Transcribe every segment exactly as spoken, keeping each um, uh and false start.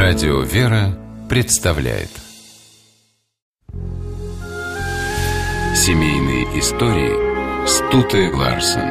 Радио «Вера» представляет семейные истории Стуте Ларсен.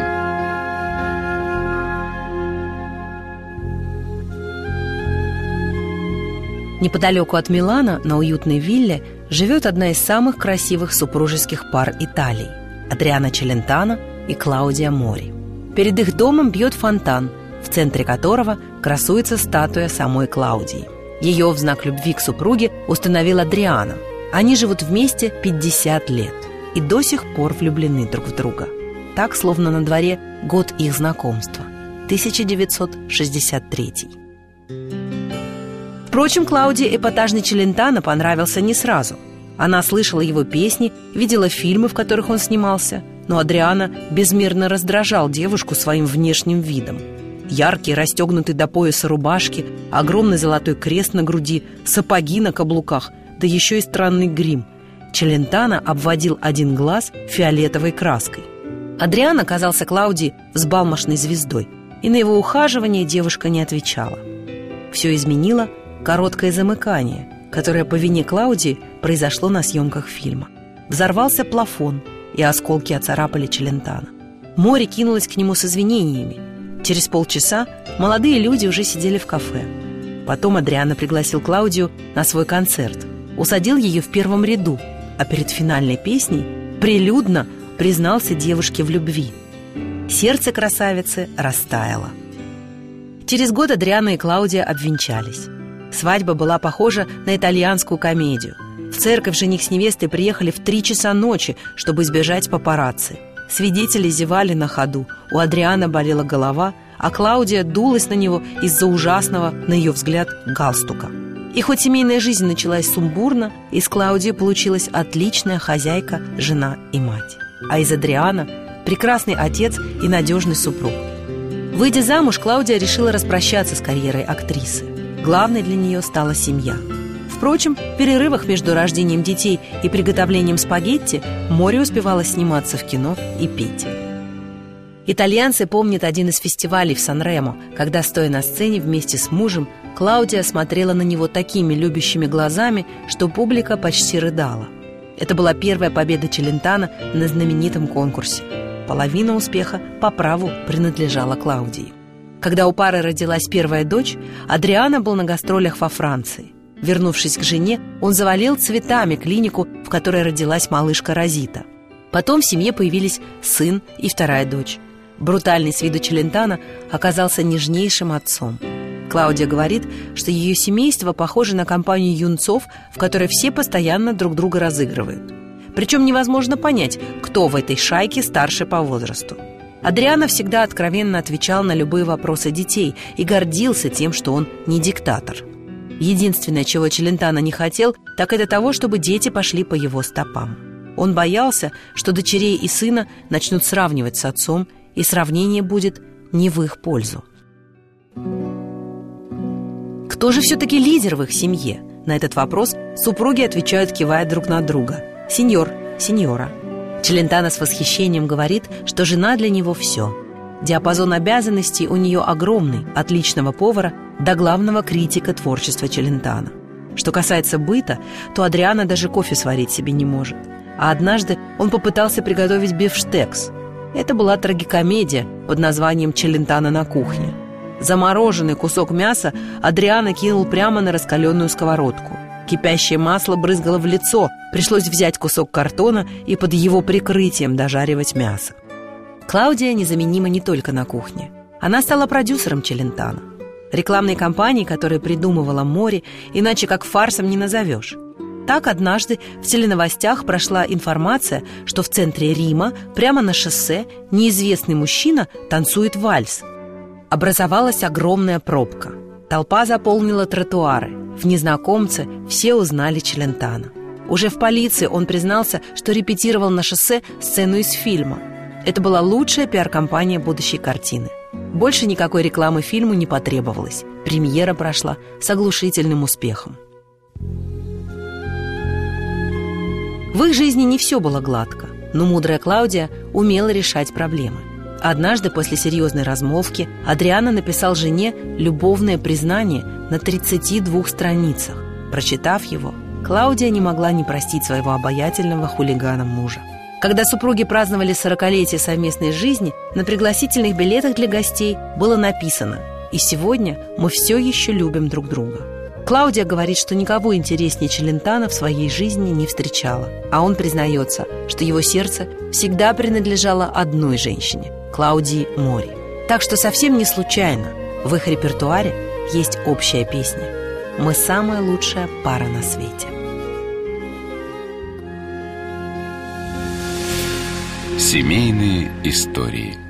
Неподалеку от Милана, на уютной вилле, живет одна из самых красивых супружеских пар Италии – Адриано Челентано и Клаудия Мори. Перед их домом бьет фонтан, в центре которого красуется статуя самой Клаудии. Ее в знак любви к супруге установил Адриано. Они живут вместе пятьдесят лет и до сих пор влюблены друг в друга. Так, словно на дворе год их знакомства – тысяча девятьсот шестьдесят третий. Впрочем, Клаудии эпатажный Челентано понравился не сразу. Она слышала его песни, видела фильмы, в которых он снимался, но Адриано безмерно раздражал девушку своим внешним видом. Яркий, расстегнутый до пояса рубашки, огромный золотой крест на груди, сапоги на каблуках, да еще и странный грим. Челентано обводил один глаз фиолетовой краской. Адриано казался Клаудии взбалмошной звездой, и на его ухаживание девушка не отвечала. Все изменило короткое замыкание, которое по вине Клаудии произошло на съемках фильма. Взорвался плафон, и осколки оцарапали Челентано. Мори кинулась к нему с извинениями. Через полчаса молодые люди уже сидели в кафе. Потом Адриано пригласил Клаудию на свой концерт, усадил ее в первом ряду, а перед финальной песней прилюдно признался девушке в любви. Сердце красавицы растаяло. Через год Адриано и Клаудия обвенчались. Свадьба была похожа на итальянскую комедию. В церковь жених с невестой приехали в три часа ночи, чтобы избежать папарацци. Свидетели зевали на ходу, у Адриано болела голова, а Клаудия дулась на него из-за ужасного, на ее взгляд, галстука. И хоть семейная жизнь началась сумбурно, из Клаудии получилась отличная хозяйка, жена и мать. А из Адриано – прекрасный отец и надежный супруг. Выйдя замуж, Клаудия решила распрощаться с карьерой актрисы. Главной для нее стала семья. Впрочем, в перерывах между рождением детей и приготовлением спагетти Мори успевала сниматься в кино и петь. Итальянцы помнят один из фестивалей в Сан-Ремо, когда, стоя на сцене вместе с мужем, Клаудия смотрела на него такими любящими глазами, что публика почти рыдала. Это была первая победа Челентано на знаменитом конкурсе. Половина успеха по праву принадлежала Клаудии. Когда у пары родилась первая дочь, Адриано был на гастролях во Франции. Вернувшись к жене, он завалил цветами клинику, в которой родилась малышка Розита. Потом в семье появились сын и вторая дочь. Брутальный с виду Челентано оказался нежнейшим отцом. Клаудия говорит, что ее семейство похоже на компанию юнцов, в которой все постоянно друг друга разыгрывают. Причем невозможно понять, кто в этой шайке старше по возрасту. Адриано всегда откровенно отвечал на любые вопросы детей и гордился тем, что он не диктатор. Единственное, чего Челентано не хотел, так это того, чтобы дети пошли по его стопам. Он боялся, что дочерей и сына начнут сравнивать с отцом, и сравнение будет не в их пользу. Кто же все-таки лидер в их семье? На этот вопрос супруги отвечают, кивая друг на друга. Сеньор, сеньора. Челентано с восхищением говорит, что жена для него все. Диапазон обязанностей у нее огромный, от личного повара до главного критика творчества Челентано. Что касается быта, то Адриано даже кофе сварить себе не может. А однажды он попытался приготовить бифштекс. Это была трагикомедия под названием «Челентано на кухне». Замороженный кусок мяса Адриано кинул прямо на раскаленную сковородку. Кипящее масло брызгало в лицо, пришлось взять кусок картона и под его прикрытием дожаривать мясо. Клаудия незаменима не только на кухне. Она стала продюсером Челентано. Рекламной кампании, которую придумывала Мори, иначе как фарсом не назовешь. Так однажды в теленовостях прошла информация, что в центре Рима, прямо на шоссе, неизвестный мужчина танцует вальс. Образовалась огромная пробка. Толпа заполнила тротуары. В незнакомце все узнали Челентано. Уже в полиции он признался, что репетировал на шоссе сцену из фильма. Это была лучшая пиар-компания будущей картины. Больше никакой рекламы фильму не потребовалось. Премьера прошла с оглушительным успехом. В их жизни не все было гладко, но мудрая Клаудия умела решать проблемы. Однажды после серьезной размолвки Адриано написал жене любовное признание на тридцати двух страницах. Прочитав его, Клаудия не могла не простить своего обаятельного хулигана мужа. Когда супруги праздновали сорокалетие совместной жизни, на пригласительных билетах для гостей было написано: «И сегодня мы все еще любим друг друга». Клаудия говорит, что никого интереснее Челентано в своей жизни не встречала, а он признается, что его сердце всегда принадлежало одной женщине – Клаудии Мори. Так что совсем не случайно в их репертуаре есть общая песня «Мы самая лучшая пара на свете». Семейные истории.